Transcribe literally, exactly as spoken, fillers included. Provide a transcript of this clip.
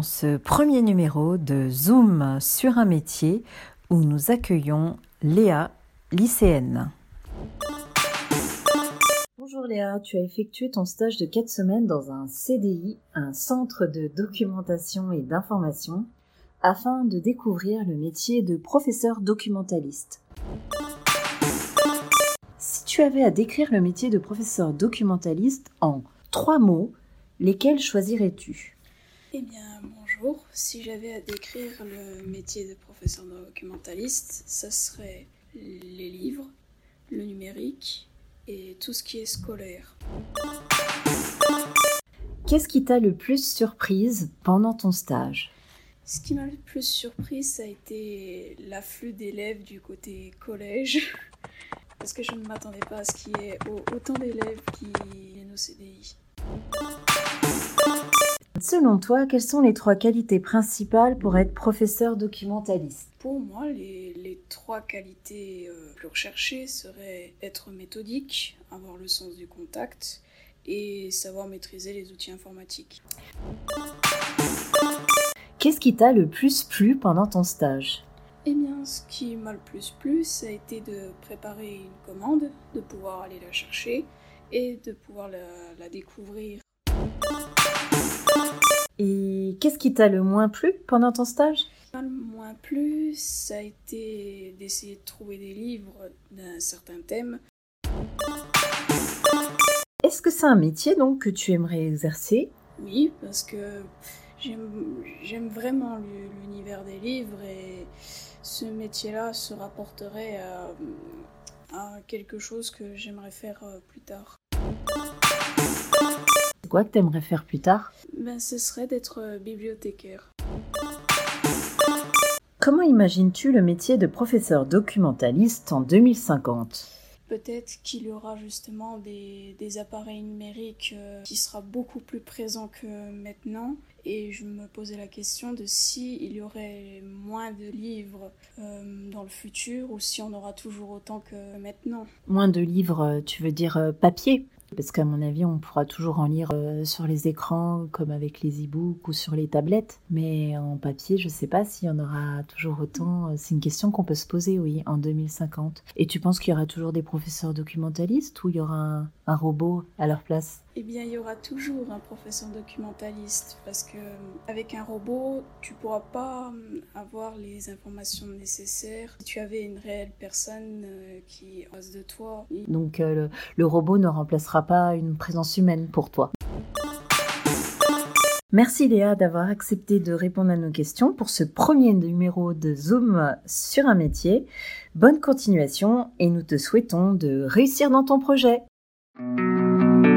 dans ce premier numéro de Zoom sur un métier où nous accueillons Léa, lycéenne. Bonjour Léa, tu as effectué ton stage de quatre semaines dans un C D I, un centre de documentation et d'information, afin de découvrir le métier de professeur documentaliste. Si tu avais à décrire le métier de professeur documentaliste en trois mots, lesquels choisirais-tu ? Eh bien, bonjour. Si j'avais à décrire le métier de professeur documentaliste, ça serait les livres, le numérique et tout ce qui est scolaire. Qu'est-ce qui t'a le plus surprise pendant ton stage ? Ce qui m'a le plus surprise, ça a été l'afflux d'élèves du côté collège, parce que je ne m'attendais pas à ce qu'il y ait autant d'élèves qui viennent au C D I. Selon toi, quelles sont les trois qualités principales pour être professeur documentaliste ? Pour moi, les, les trois qualités euh, plus recherchées seraient être méthodique, avoir le sens du contact et savoir maîtriser les outils informatiques. Qu'est-ce qui t'a le plus plu pendant ton stage ? Eh bien, ce qui m'a le plus plu, ça a été de préparer une commande, de pouvoir aller la chercher et de pouvoir la, la découvrir. Et qu'est-ce qui t'a le moins plu pendant ton stage ? Le moins plu, ça a été d'essayer de trouver des livres d'un certain thème. Est-ce que c'est un métier donc que tu aimerais exercer ? Oui, parce que j'aime, j'aime vraiment l'univers des livres et ce métier-là se rapporterait à, à quelque chose que j'aimerais faire plus tard. C'est quoi que tu aimerais faire plus tard ? Ben, ce serait d'être bibliothécaire. Comment imagines-tu le métier de professeur documentaliste en deux mille cinquante ? Peut-être qu'il y aura justement des, des appareils numériques euh, qui sera beaucoup plus présents que maintenant. Et je me posais la question de si il y aurait moins de livres euh, dans le futur ou si on aura toujours autant que maintenant. Moins de livres, tu veux dire euh, papier ? Parce qu'à mon avis, on pourra toujours en lire euh, sur les écrans, comme avec les e-books ou sur les tablettes. Mais en papier, je ne sais pas s'il y en aura toujours autant. C'est une question qu'on peut se poser, oui, en deux mille cinquante. Et tu penses qu'il y aura toujours des professeurs documentalistes ou il y aura un, un robot à leur place ? Eh bien, il y aura toujours un professeur documentaliste parce que avec un robot, tu pourras pas avoir les informations nécessaires. Si tu avais une réelle personne euh, qui est en face de toi. Donc, euh, le, le robot ne remplacera pas une présence humaine pour toi. Merci Léa d'avoir accepté de répondre à nos questions pour ce premier numéro de Zoom sur un métier. Bonne continuation et nous te souhaitons de réussir dans ton projet.